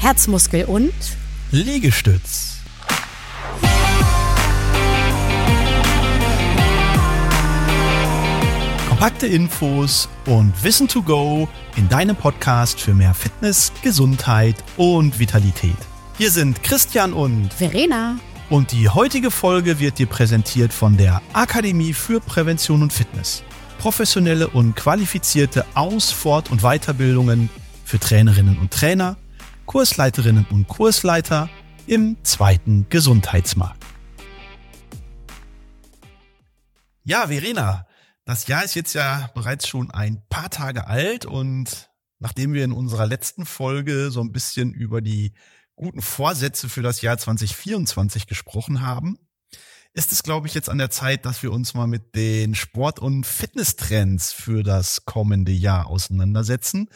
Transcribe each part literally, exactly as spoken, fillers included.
Herzmuskel und Liegestütz. Kompakte Infos und Wissen to go in deinem Podcast für mehr Fitness, Gesundheit und Vitalität. Hier sind Christian und Verena. Und die heutige Folge wird dir präsentiert von der Akademie für Prävention und Fitness. Professionelle und qualifizierte Aus-, Fort- und Weiterbildungen für Trainerinnen und Trainer, Kursleiterinnen und Kursleiter im zweiten Gesundheitsmarkt. Ja, Verena, das Jahr ist jetzt ja bereits schon ein paar Tage alt und nachdem wir in unserer letzten Folge so ein bisschen über die guten Vorsätze für das Jahr zwanzig vierundzwanzig gesprochen haben, ist es, glaube ich, jetzt an der Zeit, dass wir uns mal mit den Sport- und Fitnesstrends für das kommende Jahr auseinandersetzen.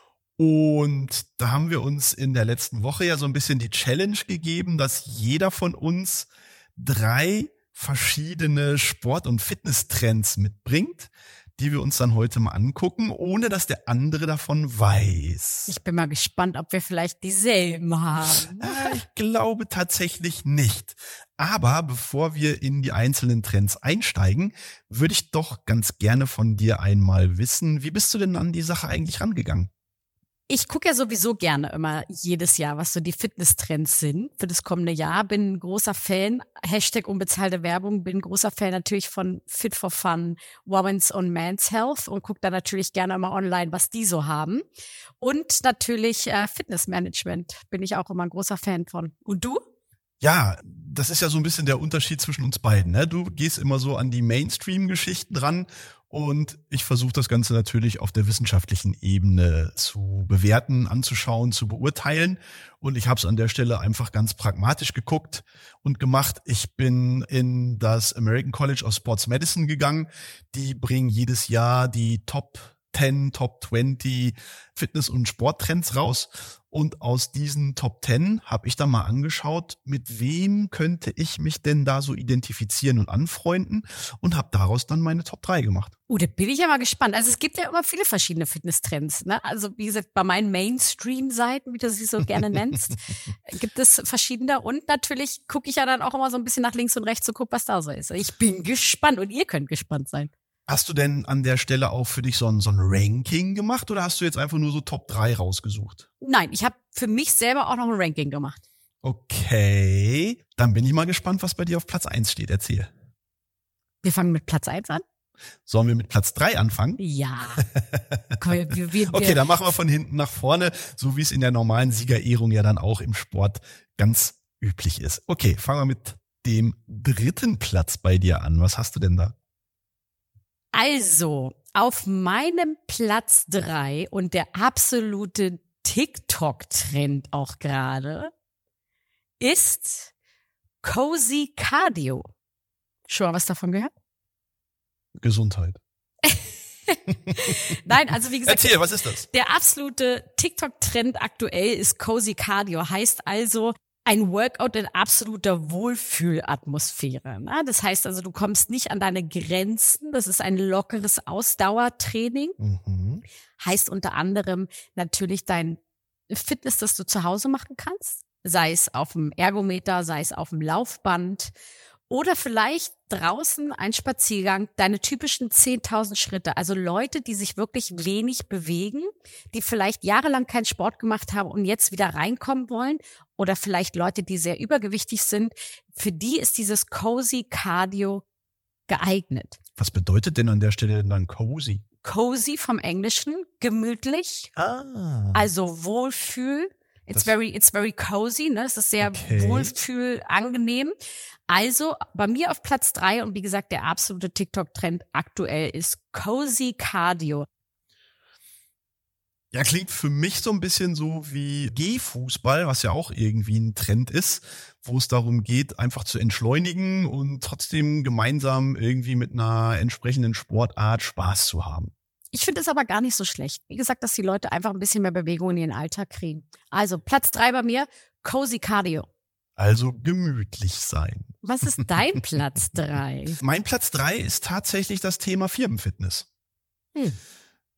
Und da haben wir uns in der letzten Woche ja so ein bisschen die Challenge gegeben, dass jeder von uns drei verschiedene Sport- und Fitnesstrends mitbringt, die wir uns dann heute mal angucken, ohne dass der andere davon weiß. Ich bin mal gespannt, ob wir vielleicht dieselben haben. Ich glaube tatsächlich nicht. Aber bevor wir in die einzelnen Trends einsteigen, würde ich doch ganz gerne von dir einmal wissen, wie bist du denn an die Sache eigentlich rangegangen? Ich gucke ja sowieso gerne immer jedes Jahr, was so die Fitnesstrends sind für das kommende Jahr. Bin ein großer Fan, Hashtag unbezahlte Werbung, bin ein großer Fan natürlich von Fit for Fun, Women's und Men's Health und gucke da natürlich gerne immer online, was die so haben. Und natürlich äh, Fitnessmanagement bin ich auch immer ein großer Fan von. Und du? Ja, das ist ja so ein bisschen der Unterschied zwischen uns beiden, ne? Du gehst immer so an die Mainstream-Geschichten ran und ich versuche das Ganze natürlich auf der wissenschaftlichen Ebene zu bewerten, anzuschauen, zu beurteilen. Und ich habe es an der Stelle einfach ganz pragmatisch geguckt und gemacht. Ich bin in das American College of Sports Medicine gegangen. Die bringen jedes Jahr die Top zehn, Top zwanzig Fitness- und Sporttrends raus. Und aus diesen Top zehn habe ich dann mal angeschaut, mit wem könnte ich mich denn da so identifizieren und anfreunden und habe daraus dann meine Top drei gemacht. Uh, da bin ich ja mal gespannt. Also es gibt ja immer viele verschiedene Fitnesstrends, ne? Also wie gesagt, bei meinen Mainstream-Seiten, wie du sie so gerne nennst, gibt es verschiedene. Und natürlich gucke ich ja dann auch immer so ein bisschen nach links und rechts und gucke, was da so ist. Ich bin gespannt und ihr könnt gespannt sein. Hast du denn an der Stelle auch für dich so ein, so ein Ranking gemacht oder hast du jetzt einfach nur so Top drei rausgesucht? Nein, ich habe für mich selber auch noch ein Ranking gemacht. Okay, dann bin ich mal gespannt, was bei dir auf Platz eins steht. Erzähl. Wir fangen mit Platz eins an. Sollen wir mit Platz drei anfangen? Ja. Komm, wir, wir, wir, okay, dann machen wir von hinten nach vorne, so wie es in der normalen Siegerehrung ja dann auch im Sport ganz üblich ist. Okay, fangen wir mit dem dritten Platz bei dir an. Was hast du denn da? Also, auf meinem Platz drei und der absolute TikTok-Trend auch gerade ist Cozy Cardio. Schon mal was davon gehört? Gesundheit. Nein, also wie gesagt, erzähl, was ist das? Der absolute TikTok-Trend aktuell ist Cozy Cardio. Heißt also ein Workout in absoluter Wohlfühlatmosphäre. Das heißt also, du kommst nicht an deine Grenzen. Das ist ein lockeres Ausdauertraining. Mhm. Heißt unter anderem natürlich dein Fitness, das du zu Hause machen kannst. Sei es auf dem Ergometer, sei es auf dem Laufband. Oder vielleicht draußen ein Spaziergang, deine typischen zehntausend Schritte. Also Leute, die sich wirklich wenig bewegen, die vielleicht jahrelang keinen Sport gemacht haben und jetzt wieder reinkommen wollen. Oder vielleicht Leute, die sehr übergewichtig sind. Für die ist dieses Cozy Cardio geeignet. Was bedeutet denn an der Stelle dann Cozy? Cozy vom Englischen, gemütlich. Ah. Also Wohlfühl. It's Das- very, it's very cozy, ne? Es ist sehr Okay. Wohlfühl, angenehm. Also bei mir auf Platz drei und wie gesagt, der absolute TikTok-Trend aktuell ist Cozy Cardio. Ja, klingt für mich so ein bisschen so wie Gehfußball, was ja auch irgendwie ein Trend ist, wo es darum geht, einfach zu entschleunigen und trotzdem gemeinsam irgendwie mit einer entsprechenden Sportart Spaß zu haben. Ich finde es aber gar nicht so schlecht. Wie gesagt, dass die Leute einfach ein bisschen mehr Bewegung in ihren Alltag kriegen. Also Platz drei bei mir, Cozy Cardio. Also gemütlich sein. Was ist dein Platz drei? Mein Platz drei ist tatsächlich das Thema Firmenfitness. Hm.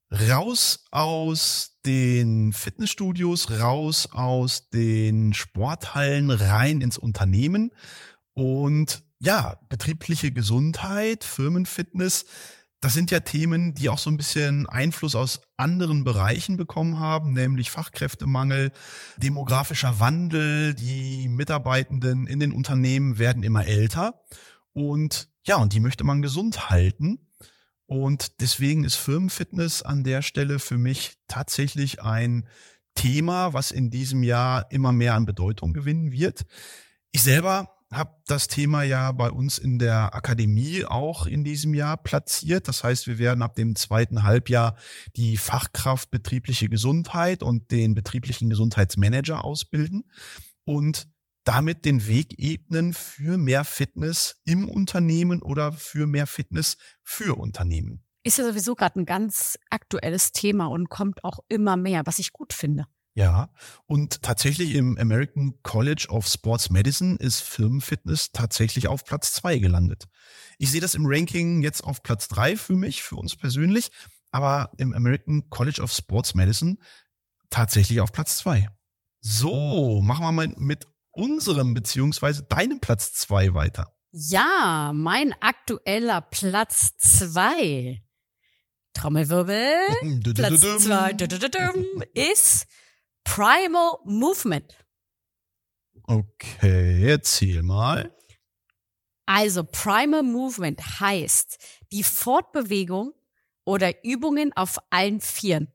Raus aus den Fitnessstudios, raus aus den Sporthallen, rein ins Unternehmen. Und ja, betriebliche Gesundheit, Firmenfitness, das sind ja Themen, die auch so ein bisschen Einfluss aus anderen Bereichen bekommen haben, nämlich Fachkräftemangel, demografischer Wandel, die Mitarbeitenden in den Unternehmen werden immer älter. Und ja, und die möchte man gesund halten. Und deswegen ist Firmenfitness an der Stelle für mich tatsächlich ein Thema, was in diesem Jahr immer mehr an Bedeutung gewinnen wird. Ich selber habe das Thema ja bei uns in der Akademie auch in diesem Jahr platziert. Das heißt, wir werden ab dem zweiten Halbjahr die Fachkraft betriebliche Gesundheit und den betrieblichen Gesundheitsmanager ausbilden und damit den Weg ebnen für mehr Fitness im Unternehmen oder für mehr Fitness für Unternehmen. Ist ja sowieso gerade ein ganz aktuelles Thema und kommt auch immer mehr, was ich gut finde. Ja, und tatsächlich im American College of Sports Medicine ist Firmenfitness tatsächlich auf Platz zwei gelandet. Ich sehe das im Ranking jetzt auf Platz drei für mich, für uns persönlich, aber im American College of Sports Medicine tatsächlich auf Platz zwei. So, machen wir mal mit unserem beziehungsweise deinem Platz zwei weiter. Ja, mein aktueller Platz zwei, Trommelwirbel, Platz zwei ist Primal Movement. Okay, erzähl mal. Also Primal Movement heißt die Fortbewegung oder Übungen auf allen Vieren.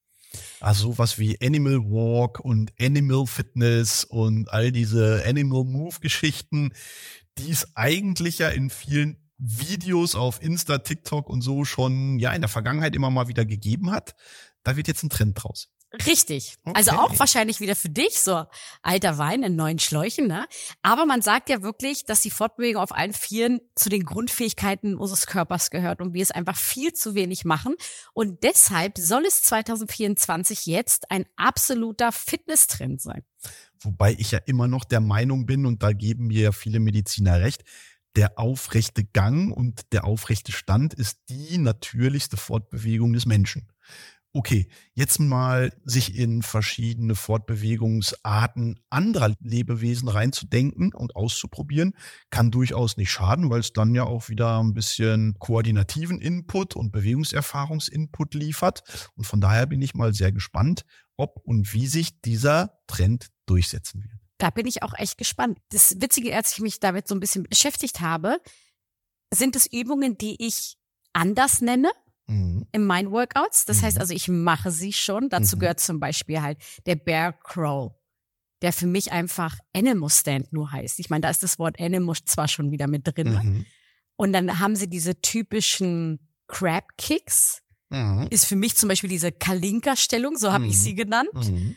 Also sowas wie Animal Walk und Animal Fitness und all diese Animal Move Geschichten, die es eigentlich ja in vielen Videos auf Insta, TikTok und so schon ja in der Vergangenheit immer mal wieder gegeben hat. Da wird jetzt ein Trend draus. Richtig. Okay. Also auch wahrscheinlich wieder für dich, so alter Wein in neuen Schläuchen, ne? Aber man sagt ja wirklich, dass die Fortbewegung auf allen Vieren zu den Grundfähigkeiten unseres Körpers gehört und wir es einfach viel zu wenig machen. Und deshalb soll es zwanzig vierundzwanzig jetzt ein absoluter Fitnesstrend sein. Wobei ich ja immer noch der Meinung bin, und da geben mir ja viele Mediziner recht, der aufrechte Gang und der aufrechte Stand ist die natürlichste Fortbewegung des Menschen. Okay, jetzt mal sich in verschiedene Fortbewegungsarten anderer Lebewesen reinzudenken und auszuprobieren, kann durchaus nicht schaden, weil es dann ja auch wieder ein bisschen koordinativen Input und Bewegungserfahrungsinput liefert. Und von daher bin ich mal sehr gespannt, ob und wie sich dieser Trend durchsetzen wird. Da bin ich auch echt gespannt. Das Witzige, als ich mich damit so ein bisschen beschäftigt habe, sind es Übungen, die ich anders nenne in meinen Workouts. Das mhm. heißt also, ich mache sie schon. Dazu mhm. gehört zum Beispiel halt der Bear Crawl, der für mich einfach Animal Stand nur heißt. Ich meine, da ist das Wort Animal zwar schon wieder mit drin. Mhm. Und dann haben sie diese typischen Crab Kicks. Mhm. Ist für mich zum Beispiel diese Kalinka-Stellung, so habe mhm. ich sie genannt. Mhm.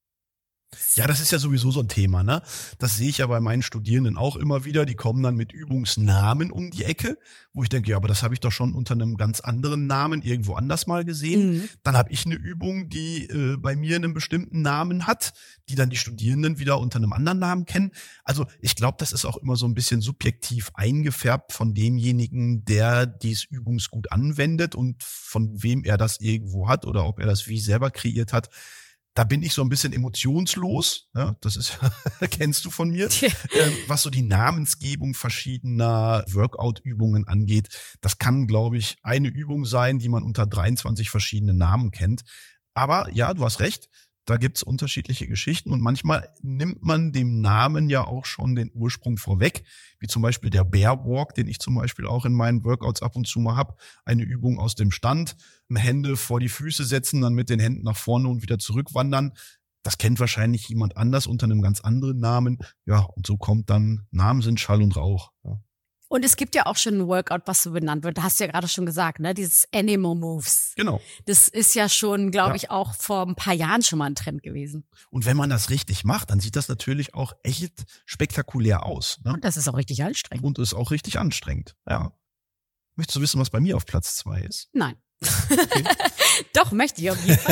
Ja, das ist ja sowieso so ein Thema, ne? Das sehe ich ja bei meinen Studierenden auch immer wieder. Die kommen dann mit Übungsnamen um die Ecke, wo ich denke, ja, aber das habe ich doch schon unter einem ganz anderen Namen irgendwo anders mal gesehen. Mhm. Dann habe ich eine Übung, die äh, bei mir einen bestimmten Namen hat, die dann die Studierenden wieder unter einem anderen Namen kennen. Also ich glaube, das ist auch immer so ein bisschen subjektiv eingefärbt von demjenigen, der dies Übungsgut anwendet und von wem er das irgendwo hat oder ob er das wie selber kreiert hat. Da bin ich so ein bisschen emotionslos, ja, das ist, kennst du von mir, ähm, was so die Namensgebung verschiedener Workout-Übungen angeht. Das kann, glaube ich, eine Übung sein, die man unter dreiundzwanzig verschiedene Namen kennt. Aber ja, du hast recht, da gibt's unterschiedliche Geschichten und manchmal nimmt man dem Namen ja auch schon den Ursprung vorweg, wie zum Beispiel der Bear Walk, den ich zum Beispiel auch in meinen Workouts ab und zu mal hab. Eine Übung aus dem Stand, Hände vor die Füße setzen, dann mit den Händen nach vorne und wieder zurückwandern. Das kennt wahrscheinlich jemand anders unter einem ganz anderen Namen. Ja, und so kommt dann, Namen sind Schall und Rauch. Ja. Und es gibt ja auch schon ein Workout, was so benannt wird. Da hast du ja gerade schon gesagt, ne? Dieses Animal Moves. Genau. Das ist ja schon, glaube ja. ich, auch vor ein paar Jahren schon mal ein Trend gewesen. Und wenn man das richtig macht, dann sieht das natürlich auch echt spektakulär aus. Ne? Und das ist auch richtig anstrengend. Und ist auch richtig anstrengend, ja. Möchtest du wissen, was bei mir auf Platz zwei ist? Nein. Okay. Doch, möchte ich auf jeden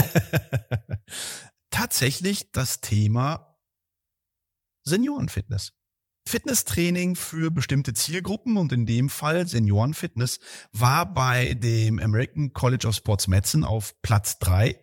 Fall. Tatsächlich das Thema Seniorenfitness. Fitnesstraining für bestimmte Zielgruppen und in dem Fall Seniorenfitness war bei dem American College of Sports Medicine auf Platz drei.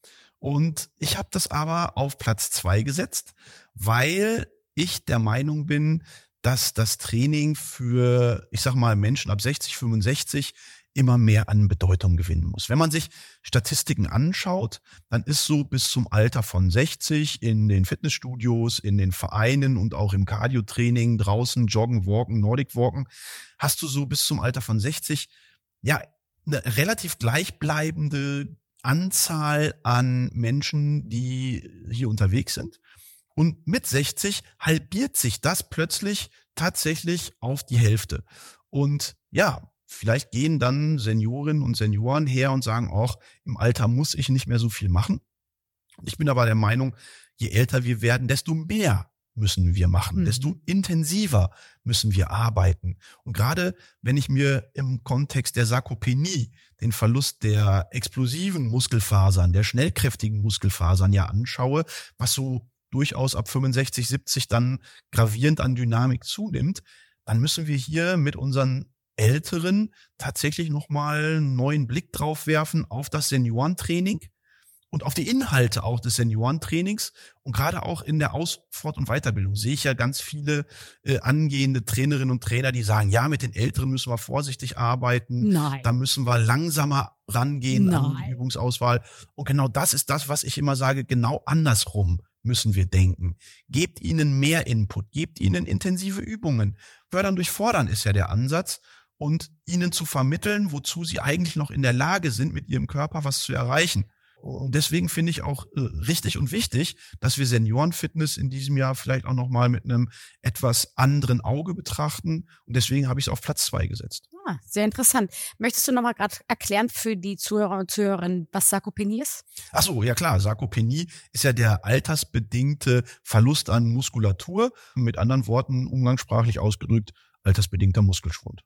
Und ich habe das aber auf Platz zwei gesetzt, weil ich der Meinung bin, dass das Training für, ich sag mal, Menschen ab sechzig, fünfundsechzig immer mehr an Bedeutung gewinnen muss. Wenn man sich Statistiken anschaut, dann ist so bis zum Alter von sechzig in den Fitnessstudios, in den Vereinen und auch im Cardio-Training draußen, Joggen, Walken, Nordic Walken, hast du so bis zum Alter von sechzig, ja, eine relativ gleichbleibende Anzahl an Menschen, die hier unterwegs sind. Und mit sechzig halbiert sich das plötzlich tatsächlich auf die Hälfte. Und ja, vielleicht gehen dann Seniorinnen und Senioren her und sagen auch, im Alter muss ich nicht mehr so viel machen. Ich bin aber der Meinung, je älter wir werden, desto mehr müssen wir machen, mhm. desto intensiver müssen wir arbeiten. Und gerade wenn ich mir im Kontext der Sarkopenie den Verlust der explosiven Muskelfasern, der schnellkräftigen Muskelfasern ja anschaue, was so durchaus ab fünfundsechzig, siebzig dann gravierend an Dynamik zunimmt, dann müssen wir hier mit unseren Älteren tatsächlich nochmal einen neuen Blick drauf werfen auf das Seniorentraining und auf die Inhalte auch des Seniorentrainings. Und gerade auch in der Aus-, Fort- und Weiterbildung sehe ich ja ganz viele äh, angehende Trainerinnen und Trainer, die sagen, ja, mit den Älteren müssen wir vorsichtig arbeiten. Nein. Da müssen wir langsamer rangehen Nein. an die Übungsauswahl. Und genau das ist das, was ich immer sage, genau andersrum müssen wir denken. Gebt ihnen mehr Input, gebt ihnen intensive Übungen. Fördern durch Fordern ist ja der Ansatz. Und ihnen zu vermitteln, wozu sie eigentlich noch in der Lage sind, mit ihrem Körper was zu erreichen. Und deswegen finde ich auch äh, richtig und wichtig, dass wir Seniorenfitness in diesem Jahr vielleicht auch nochmal mit einem etwas anderen Auge betrachten. Und deswegen habe ich es auf Platz zwei gesetzt. Ah, sehr interessant. Möchtest du nochmal gerade erklären für die Zuhörer und Zuhörerinnen, was Sarkopenie ist? Ach so, ja klar. Sarkopenie ist ja der altersbedingte Verlust an Muskulatur. Mit anderen Worten, umgangssprachlich ausgedrückt, altersbedingter Muskelschwund.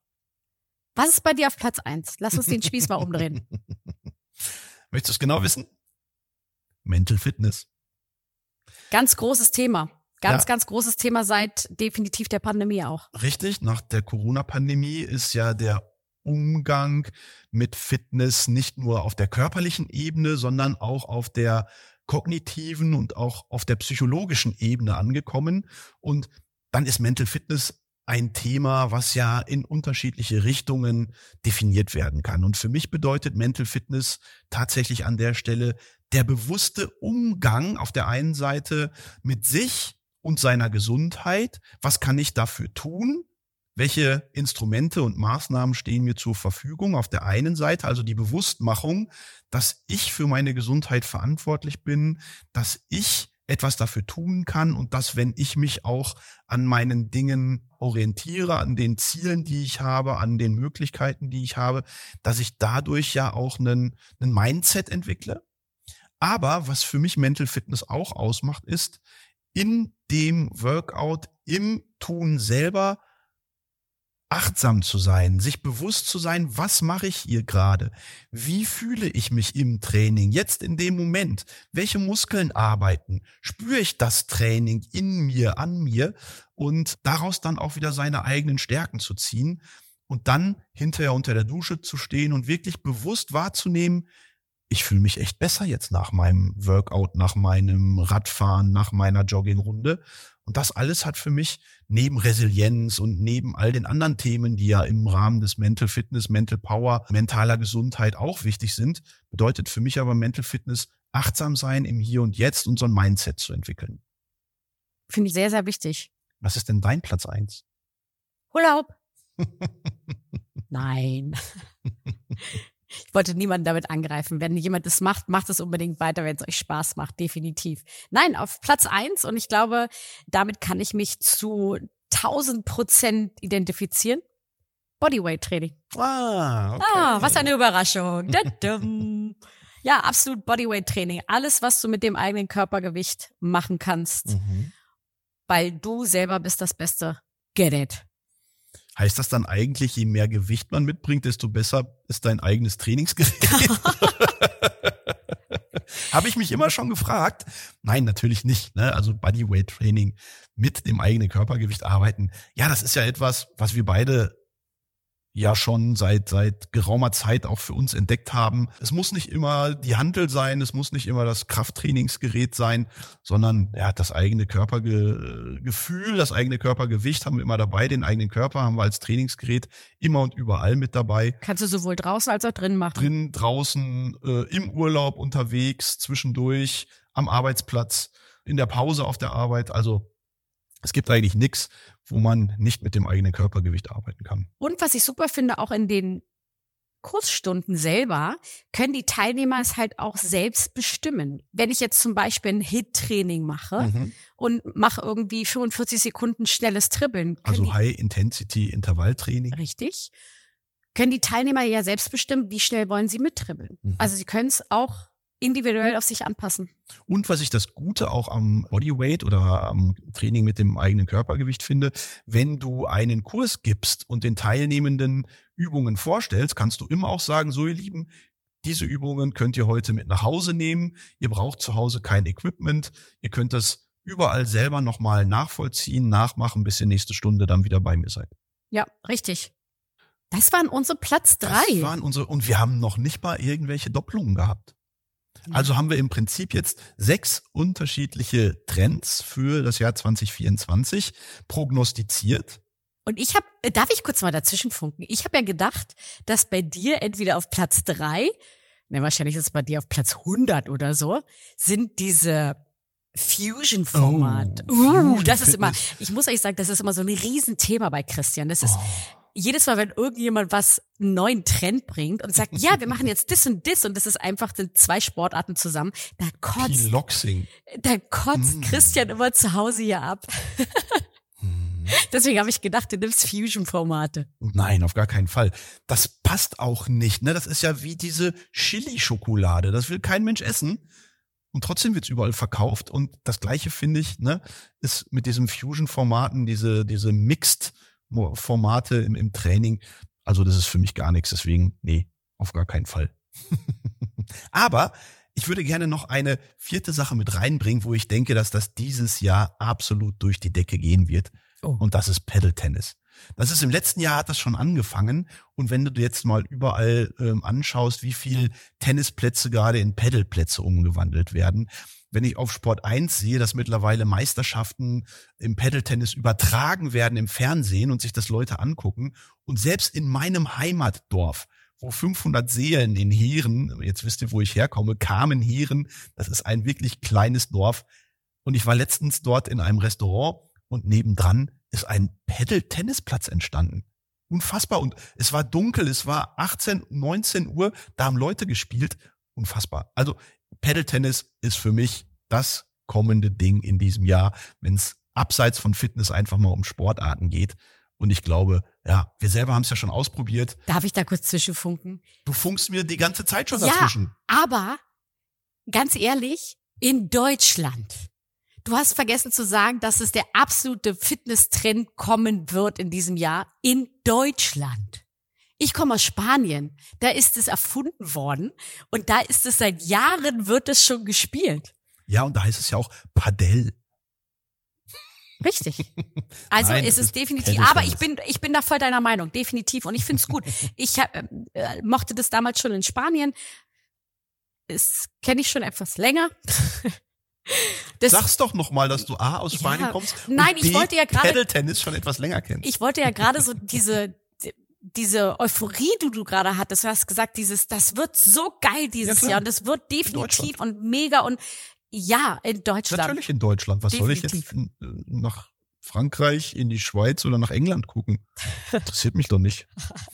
Was ist bei dir auf Platz eins? Lass uns den Spieß mal umdrehen. Möchtest du es genau wissen? Mental Fitness. Ganz großes Thema. Ganz, ja. ganz großes Thema seit definitiv der Pandemie auch. Richtig, nach der Corona-Pandemie ist ja der Umgang mit Fitness nicht nur auf der körperlichen Ebene, sondern auch auf der kognitiven und auch auf der psychologischen Ebene angekommen. Und dann ist Mental Fitness ein Thema, was ja in unterschiedliche Richtungen definiert werden kann. Und für mich bedeutet Mental Fitness tatsächlich an der Stelle der bewusste Umgang auf der einen Seite mit sich und seiner Gesundheit. Was kann ich dafür tun? Welche Instrumente und Maßnahmen stehen mir zur Verfügung? Auf der einen Seite also die Bewusstmachung, dass ich für meine Gesundheit verantwortlich bin, dass ich etwas dafür tun kann und dass, wenn ich mich auch an meinen Dingen orientiere, an den Zielen, die ich habe, an den Möglichkeiten, die ich habe, dass ich dadurch ja auch einen, einen Mindset entwickle. Aber was für mich Mental Fitness auch ausmacht, ist, in dem Workout, im Tun selber achtsam zu sein, sich bewusst zu sein, was mache ich hier gerade? Wie fühle ich mich im Training, jetzt in dem Moment? Welche Muskeln arbeiten? Spüre ich das Training in mir, an mir? Und daraus dann auch wieder seine eigenen Stärken zu ziehen und dann hinterher unter der Dusche zu stehen und wirklich bewusst wahrzunehmen, ich fühle mich echt besser jetzt nach meinem Workout, nach meinem Radfahren, nach meiner Joggingrunde. Und das alles hat für mich neben Resilienz und neben all den anderen Themen, die ja im Rahmen des Mental Fitness, Mental Power, mentaler Gesundheit auch wichtig sind, bedeutet für mich aber Mental Fitness achtsam sein im Hier und Jetzt und so ein Mindset zu entwickeln. Finde ich sehr, sehr wichtig. Was ist denn dein Platz eins? Urlaub. Nein. Ich wollte niemanden damit angreifen. Wenn jemand das macht, macht es unbedingt weiter, wenn es euch Spaß macht, definitiv. Nein, auf Platz eins und ich glaube, damit kann ich mich zu tausend Prozent identifizieren. Bodyweight-Training. Ah, okay. Ah, was eine Überraschung. Ja, absolut Bodyweight-Training. Alles, was du mit dem eigenen Körpergewicht machen kannst, Mhm. weil du selber bist das Beste. Get it. Heißt das dann eigentlich, je mehr Gewicht man mitbringt, desto besser ist dein eigenes Trainingsgerät? Habe ich mich immer schon gefragt. Nein, natürlich nicht. Ne? Also Bodyweight-Training mit dem eigenen Körpergewicht arbeiten. Ja, das ist ja etwas, was wir beide ja schon seit seit geraumer Zeit auch für uns entdeckt haben. Es muss nicht immer die Hantel sein, es muss nicht immer das Krafttrainingsgerät sein, sondern ja, das eigene Körpergefühl, das eigene Körpergewicht haben wir immer dabei, den eigenen Körper haben wir als Trainingsgerät immer und überall mit dabei. Kannst du sowohl draußen als auch drin machen. Drin, draußen, äh, im Urlaub, unterwegs, zwischendurch, am Arbeitsplatz, in der Pause auf der Arbeit. Also es gibt eigentlich nichts, wo man nicht mit dem eigenen Körpergewicht arbeiten kann. Und was ich super finde, auch in den Kursstunden selber können die Teilnehmer es halt auch selbst bestimmen. Wenn ich jetzt zum Beispiel ein H I I T-Training mache mhm. und mache irgendwie fünfundvierzig Sekunden schnelles Dribbeln. Also High-Intensity-Intervalltraining. Richtig. Können die Teilnehmer ja selbst bestimmen, wie schnell wollen sie mitdribbeln. Mhm. Also sie können es auch individuell auf sich anpassen. Und was ich das Gute auch am Bodyweight oder am Training mit dem eigenen Körpergewicht finde, wenn du einen Kurs gibst und den Teilnehmenden Übungen vorstellst, kannst du immer auch sagen, so ihr Lieben, diese Übungen könnt ihr heute mit nach Hause nehmen. Ihr braucht zu Hause kein Equipment. Ihr könnt das überall selber nochmal nachvollziehen, nachmachen, bis ihr nächste Stunde dann wieder bei mir seid. Ja, richtig. Das waren unsere Platz drei. Das waren unsere, und wir haben noch nicht mal irgendwelche Doppelungen gehabt. Also haben wir im Prinzip jetzt sechs unterschiedliche Trends für das Jahr zwanzig vierundzwanzig prognostiziert. Und ich habe, darf ich kurz mal dazwischen funken? Ich habe ja gedacht, dass bei dir entweder auf Platz drei, ne, wahrscheinlich ist es bei dir auf Platz hundert oder so, sind diese Fusion-Format. Oh, uh, Fusion das ist Fitness. immer, ich muss euch sagen, das ist immer so ein Riesenthema bei Christian. Das ist, Oh. jedes Mal, wenn irgendjemand was, einen neuen Trend bringt und sagt, ja, wir machen jetzt das und das und das ist einfach, sind zwei Sportarten zusammen, da kotzt, Piloxing. da kotzt mm. Christian immer zu Hause hier ab. mm. Deswegen habe ich gedacht, du nimmst Fusion-Formate. Nein, auf gar keinen Fall. Das passt auch nicht, ne? Das ist ja wie diese Chili-Schokolade. Das will kein Mensch essen. Und trotzdem wird's überall verkauft. Und das Gleiche, finde ich, ne, ist mit diesen Fusion-Formaten, diese, diese Mixed Formate im, im Training. Also das ist für mich gar nichts. Deswegen, nee, auf gar keinen Fall. Aber ich würde gerne noch eine vierte Sache mit reinbringen, wo ich denke, dass das dieses Jahr absolut durch die Decke gehen wird. Oh. Und das ist Paddle-Tennis. Das ist im letzten Jahr hat das schon angefangen. Und wenn du dir jetzt mal überall ähm, anschaust, wie viel Tennisplätze gerade in Paddleplätze umgewandelt werden. Wenn ich auf Sport eins sehe, dass mittlerweile Meisterschaften im Paddle-Tennis übertragen werden im Fernsehen und sich das Leute angucken. Und selbst in meinem Heimatdorf, wo fünfhundert Seelen in Heeren, jetzt wisst ihr, wo ich herkomme, Kamen Heeren, das ist ein wirklich kleines Dorf. Und ich war letztens dort in einem Restaurant und nebendran ist ein Paddle-Tennisplatz entstanden. Unfassbar. Und es war dunkel, es war achtzehn, neunzehn Uhr, da haben Leute gespielt. Unfassbar. Also Paddle-Tennis ist für mich das kommende Ding in diesem Jahr, wenn es abseits von Fitness einfach mal um Sportarten geht. Und ich glaube, ja, wir selber haben es ja schon ausprobiert. Darf ich da kurz zwischenfunken? Du funkst mir die ganze Zeit schon ja, dazwischen. Aber ganz ehrlich, in Deutschland. Du hast vergessen zu sagen, dass es der absolute Fitness-Trend kommen wird in diesem Jahr in Deutschland. Ich komme aus Spanien, da ist es erfunden worden und da ist es seit Jahren, wird es schon gespielt. Ja, und da heißt es ja auch Padel. Richtig. Also Nein, ist es definitiv, aber ich bin ich bin da voll deiner Meinung, definitiv. Und ich finde es gut. Ich hab, äh, mochte das damals schon in Spanien. Das kenne ich schon etwas länger. Das, Sag's doch noch mal, dass du A aus Spanien ja, kommst nein, und ich B, wollte ja gerade Paddle-Tennis schon etwas länger kennst. Ich wollte ja gerade so diese diese Euphorie, die du gerade hattest. Du hast gesagt, dieses, das wird so geil dieses ja, Jahr und das wird definitiv und mega und ja, in Deutschland. Natürlich in Deutschland. Was definitiv. Soll ich jetzt nach Frankreich, in die Schweiz oder nach England gucken? Interessiert mich doch nicht.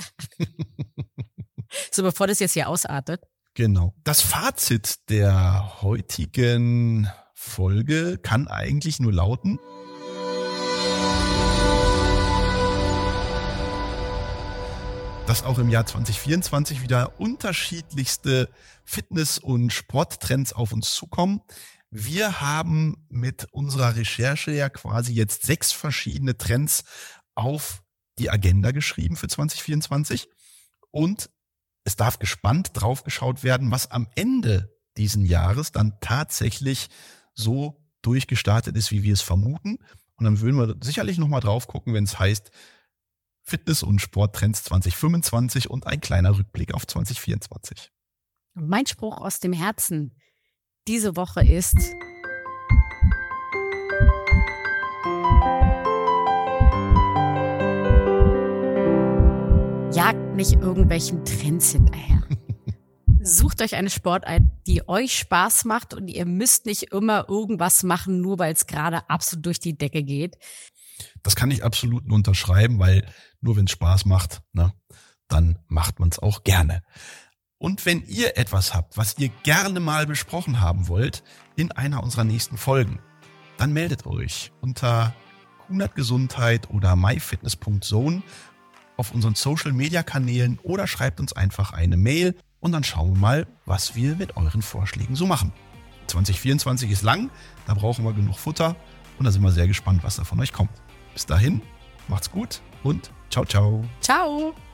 So, bevor das jetzt hier ausartet. Genau. Das Fazit der heutigen Folge kann eigentlich nur lauten: dass auch im Jahr zwanzig vierundzwanzig wieder unterschiedlichste Fitness- und Sporttrends auf uns zukommen. Wir haben mit unserer Recherche ja quasi jetzt sechs verschiedene Trends auf die Agenda geschrieben für zwanzig vierundzwanzig. Und es darf gespannt drauf geschaut werden, was am Ende diesen Jahres dann tatsächlich so durchgestartet ist, wie wir es vermuten. Und dann würden wir sicherlich nochmal drauf gucken, wenn es heißt Fitness- und Sporttrends zwanzig fünfundzwanzig und ein kleiner Rückblick auf zwanzig vierundzwanzig. Mein Spruch aus dem Herzen diese Woche ist: Jagt nicht irgendwelchen Trends hinterher. Sucht euch eine Sportart, die euch Spaß macht, und ihr müsst nicht immer irgendwas machen, nur weil es gerade absolut durch die Decke geht. Das kann ich absolut nur unterschreiben, weil nur wenn es Spaß macht, ne, dann macht man es auch gerne. Und wenn ihr etwas habt, was ihr gerne mal besprochen haben wollt in einer unserer nächsten Folgen, dann meldet euch unter Kunert Gesundheit oder myfitness punkt zone auf unseren Social-Media-Kanälen oder schreibt uns einfach eine Mail und dann schauen wir mal, was wir mit euren Vorschlägen so machen. zwanzig vierundzwanzig ist lang, da brauchen wir genug Futter und da sind wir sehr gespannt, was da von euch kommt. Bis dahin, macht's gut und ciao, ciao. Ciao.